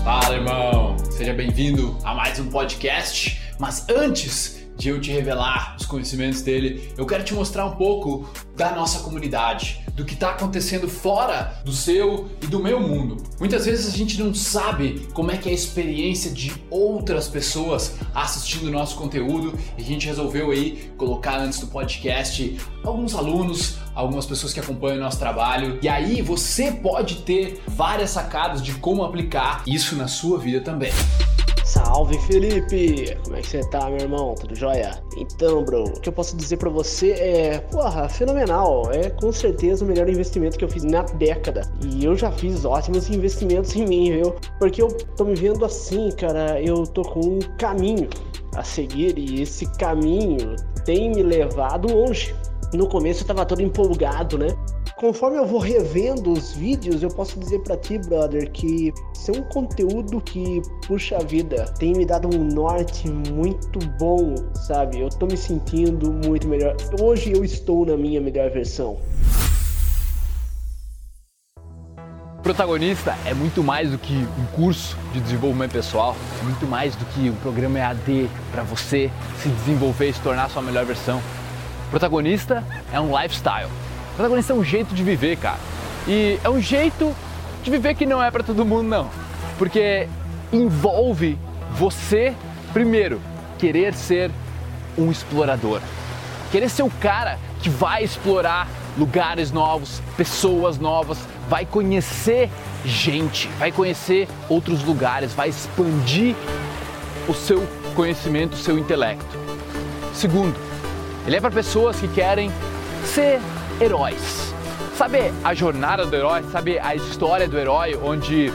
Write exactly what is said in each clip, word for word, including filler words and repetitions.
Fala, irmão! Seja bem-vindo a mais um podcast, mas antes de eu te revelar os conhecimentos dele, eu quero te mostrar um pouco da nossa comunidade, do que está acontecendo fora do seu e do meu mundo. Muitas vezes a gente não sabe como é que é a experiência de outras pessoas assistindo o nosso conteúdo e a gente resolveu aí colocar antes do podcast alguns alunos, algumas pessoas que acompanham o nosso trabalho, e aí você pode ter várias sacadas de como aplicar isso na sua vida também. Salve, Felipe! Como é que você tá, meu irmão? Tudo jóia? Então, bro, o que eu posso dizer pra você é, porra, fenomenal. É com certeza o melhor investimento que eu fiz na década. E eu já fiz ótimos investimentos em mim, viu? Porque eu tô me vendo assim, cara, eu tô com um caminho a seguir e esse caminho tem me levado longe. No começo eu tava todo empolgado, né? Conforme eu vou revendo os vídeos, eu posso dizer pra ti, brother, que isso é um conteúdo que, puxa vida, tem me dado um norte muito bom, sabe? Eu tô me sentindo muito melhor. Hoje eu estou na minha melhor versão. Protagonista é muito mais do que um curso de desenvolvimento pessoal, é muito mais do que um programa E A D para você se desenvolver e se tornar a sua melhor versão. Protagonista é um lifestyle. Protagonista é um jeito de viver, cara. E é um jeito de viver que não é para todo mundo, não. Porque envolve você, primeiro, querer ser um explorador. Querer ser o cara que vai explorar lugares novos, pessoas novas, vai conhecer gente, vai conhecer outros lugares, vai expandir o seu conhecimento, o seu intelecto. Segundo, ele é para pessoas que querem ser heróis. Sabe a jornada do herói? Sabe a história do herói onde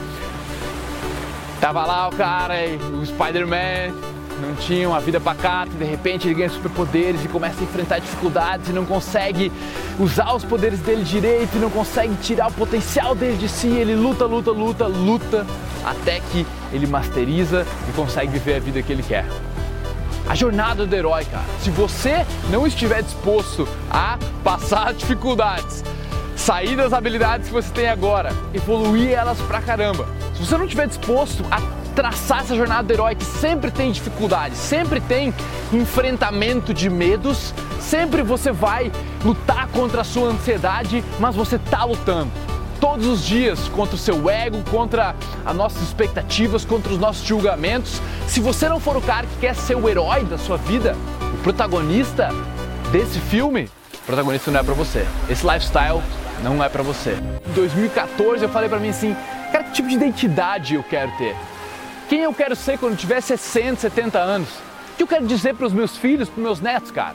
tava lá o cara, o Spider-Man, não tinha uma vida pacata, e de repente ele ganha superpoderes e começa a enfrentar dificuldades e não consegue usar os poderes dele direito, e não consegue tirar o potencial dele de si, ele luta, luta, luta, luta, até que ele masteriza e consegue viver a vida que ele quer. A jornada do herói, cara. Se você não estiver disposto a passar dificuldades, sair das habilidades que você tem agora, evoluir elas pra caramba, se você não estiver disposto a traçar essa jornada do herói que sempre tem dificuldades, sempre tem enfrentamento de medos, sempre você vai lutar contra a sua ansiedade, mas você tá lutando todos os dias contra o seu ego, contra as nossas expectativas, contra os nossos julgamentos. Se você não for o cara que quer ser o herói da sua vida, o protagonista desse filme, o protagonista não é pra você. Esse lifestyle não é pra você. Em dois mil e quatorze eu falei pra mim assim, cara, que tipo de identidade eu quero ter? Quem eu quero ser quando eu tiver sessenta, setenta anos? O que eu quero dizer pros meus filhos, pros meus netos, cara?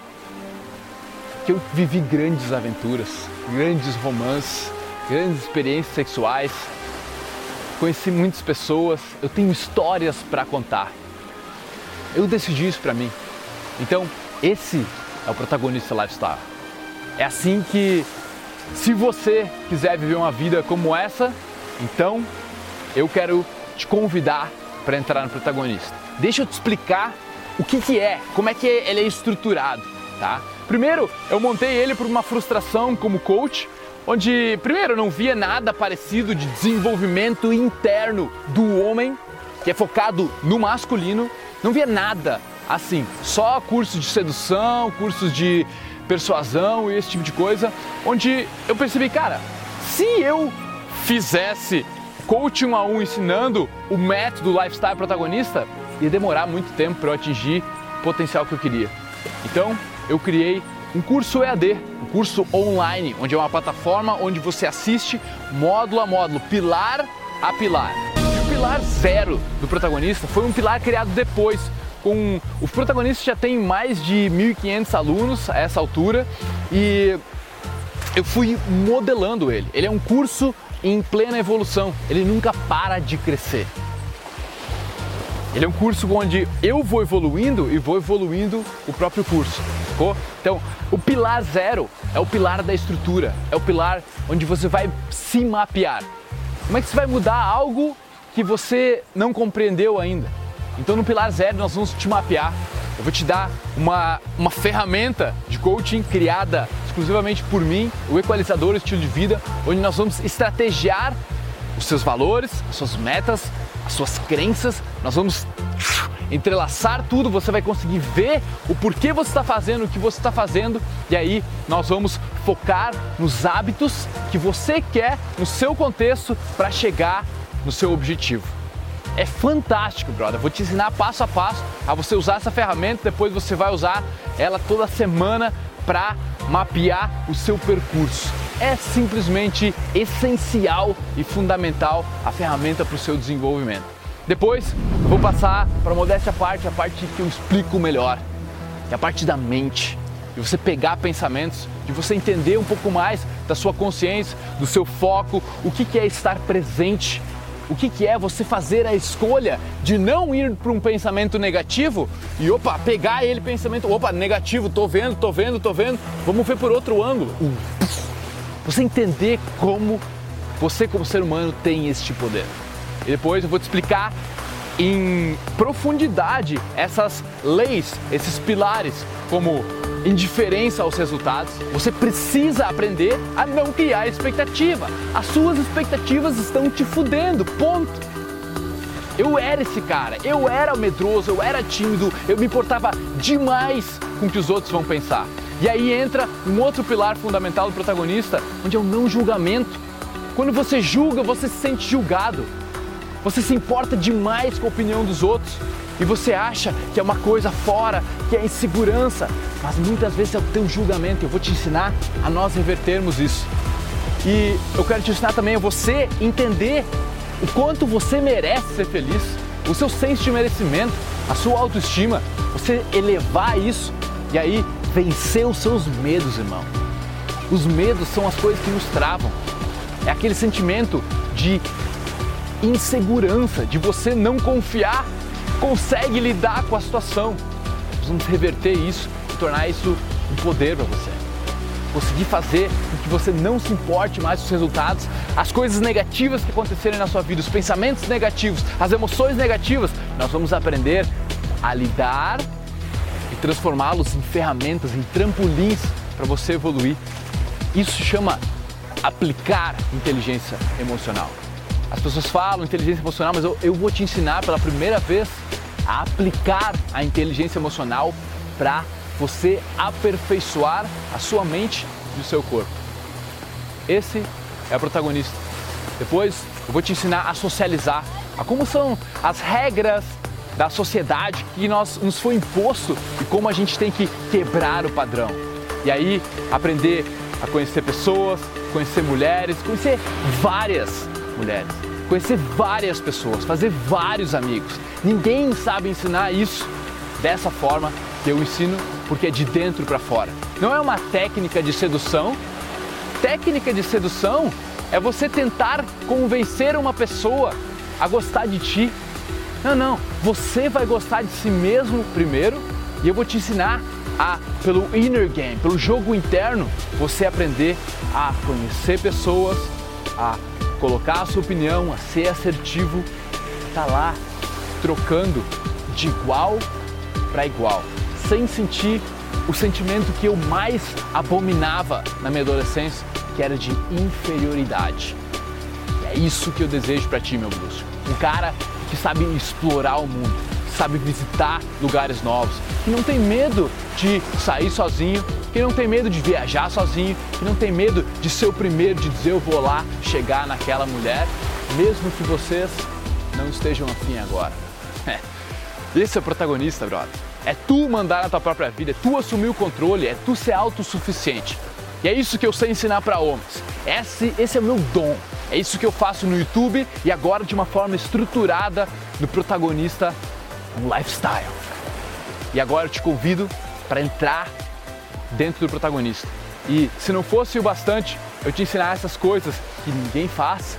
Que eu vivi grandes aventuras, grandes romances, grandes experiências sexuais, conheci muitas pessoas, eu tenho histórias para contar. Eu decidi isso para mim. Então, esse é o protagonista lifestyle. É assim que, se você quiser viver uma vida como essa, então eu quero te convidar para entrar no protagonista. Deixa eu te explicar o que que é, como é que ele é estruturado, tá? Primeiro, eu montei ele por uma frustração como coach, onde, primeiro, eu não via nada parecido de desenvolvimento interno do homem, que é focado no masculino, não via nada assim, só cursos de sedução, cursos de persuasão e esse tipo de coisa, onde eu percebi, cara, se eu fizesse coaching um a um ensinando o método lifestyle protagonista, ia demorar muito tempo para eu atingir o potencial que eu queria. Então, eu criei um curso E A D, um curso online, onde é uma plataforma onde você assiste módulo a módulo, pilar a pilar. E o pilar zero do protagonista foi um pilar criado depois. Com... O protagonista já tem mais de mil e quinhentos alunos a essa altura e eu fui modelando ele. Ele é um curso em plena evolução, ele nunca para de crescer. Ele é um curso onde eu vou evoluindo e vou evoluindo o próprio curso. Ficou? Então, o pilar zero é o pilar da estrutura, é o pilar onde você vai se mapear. Como é que você vai mudar algo que você não compreendeu ainda? Então, no pilar zero, nós vamos te mapear. Eu vou te dar uma, uma ferramenta de coaching criada exclusivamente por mim, o Equalizador Estilo de Vida, onde nós vamos estrategiar os seus valores, as suas metas, as suas crenças. Nós vamos entrelaçar tudo, você vai conseguir ver o porquê você está fazendo o que você está fazendo, e aí nós vamos focar nos hábitos que você quer no seu contexto para chegar no seu objetivo. É fantástico, brother. Vou te ensinar passo a passo a você usar essa ferramenta, depois você vai usar ela toda semana para mapear o seu percurso. É simplesmente essencial e fundamental a ferramenta para o seu desenvolvimento. Depois vou passar para a modéstia à parte, a parte que eu explico melhor, que é a parte da mente, de você pegar pensamentos, de você entender um pouco mais da sua consciência, do seu foco, o que que é estar presente, o que que é você fazer a escolha de não ir para um pensamento negativo e opa, pegar ele pensamento, opa, negativo, tô vendo, tô vendo, tô vendo, vamos ver por outro ângulo. Você entender como você como ser humano tem este poder. E depois eu vou te explicar em profundidade essas leis, esses pilares, como indiferença aos resultados. Você precisa aprender a não criar expectativa. As suas expectativas estão te fudendo, ponto. Eu era esse cara, eu era medroso, eu era tímido, eu me importava demais com o que os outros vão pensar. E aí entra um outro pilar fundamental do protagonista, onde é o não julgamento. Quando você julga, você se sente julgado. Você se importa demais com a opinião dos outros e você acha que é uma coisa fora, que é insegurança, mas muitas vezes é o teu julgamento. Eu vou te ensinar a nós revertermos isso. E eu quero te ensinar também a você entender o quanto você merece ser feliz, o seu senso de merecimento, a sua autoestima, você elevar isso e aí vencer os seus medos, irmão. Os medos são as coisas que nos travam. É aquele sentimento de insegurança, de você não confiar, consegue lidar com a situação. Nós vamos reverter isso e tornar isso um poder para você. Conseguir fazer com que você não se importe mais com os resultados, as coisas negativas que acontecerem na sua vida, os pensamentos negativos, as emoções negativas, nós vamos aprender a lidar e transformá-los em ferramentas, em trampolins para você evoluir. Isso se chama aplicar inteligência emocional. As pessoas falam inteligência emocional, mas eu, eu vou te ensinar pela primeira vez a aplicar a inteligência emocional para você aperfeiçoar a sua mente e o seu corpo. Esse é o protagonista. Depois eu vou te ensinar a socializar, a como são as regras da sociedade que nós, nos foi imposto e como a gente tem que quebrar o padrão. E aí aprender a conhecer pessoas, conhecer mulheres, conhecer várias mulheres, conhecer várias pessoas, fazer vários amigos. Ninguém sabe ensinar isso dessa forma que eu ensino, porque é de dentro para fora. Não é uma técnica de sedução. Técnica de sedução é você tentar convencer uma pessoa a gostar de ti. Não, não. Você vai gostar de si mesmo primeiro e eu vou te ensinar a, pelo inner game, pelo jogo interno, você aprender a conhecer pessoas, a colocar a sua opinião, a ser assertivo, tá lá trocando de igual para igual, sem sentir o sentimento que eu mais abominava na minha adolescência, que era de inferioridade. E é isso que eu desejo para ti, meu bruxo. Um cara que sabe explorar o mundo, sabe visitar lugares novos, que não tem medo de sair sozinho, que não tem medo de viajar sozinho, que não tem medo de ser o primeiro, de dizer eu vou lá chegar naquela mulher, mesmo que vocês não estejam afim agora. É. Esse é o protagonista, brother. É tu mandar na tua própria vida, é tu assumir o controle, é tu ser autossuficiente. E é isso que eu sei ensinar para homens. Esse, esse é o meu dom. É isso que eu faço no YouTube e agora de uma forma estruturada no Protagonista um Lifestyle. E agora eu te convido para entrar dentro do Protagonista. E se não fosse o bastante eu te ensinar essas coisas que ninguém faz,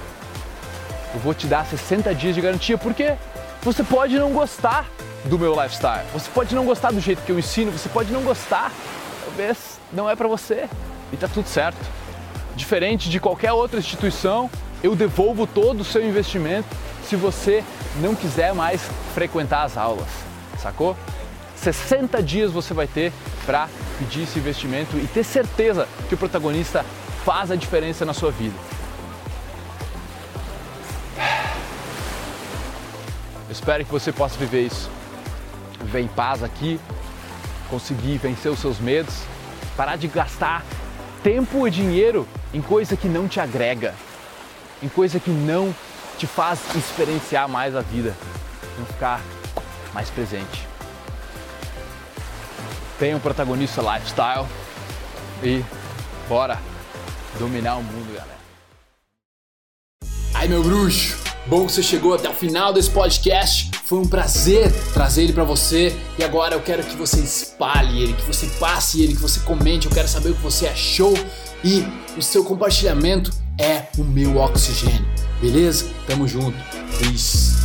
eu vou te dar sessenta dias de garantia, porque você pode não gostar do meu lifestyle, você pode não gostar do jeito que eu ensino, você pode não gostar, talvez não é para você e tá tudo certo. Diferente de qualquer outra instituição, eu devolvo todo o seu investimento se você não quiser mais frequentar as aulas, sacou? sessenta dias você vai ter para pedir esse investimento e ter certeza que o Protagonista faz a diferença na sua vida. espero que você possa viver isso. Viver em paz aqui, conseguir vencer os seus medos, parar de gastar tempo e dinheiro em coisa que não te agrega, em coisa que não te faz experienciar mais a vida, não ficar mais presente. Tenha um protagonista lifestyle e bora dominar o mundo, galera. Ai, meu bruxo, bom que você chegou até o final desse podcast. Foi um prazer trazer ele pra você e agora eu quero que você espalhe ele, que você passe ele, que você comente. Eu quero saber o que você achou e o seu compartilhamento é o meu oxigênio, beleza? Tamo junto. Peace.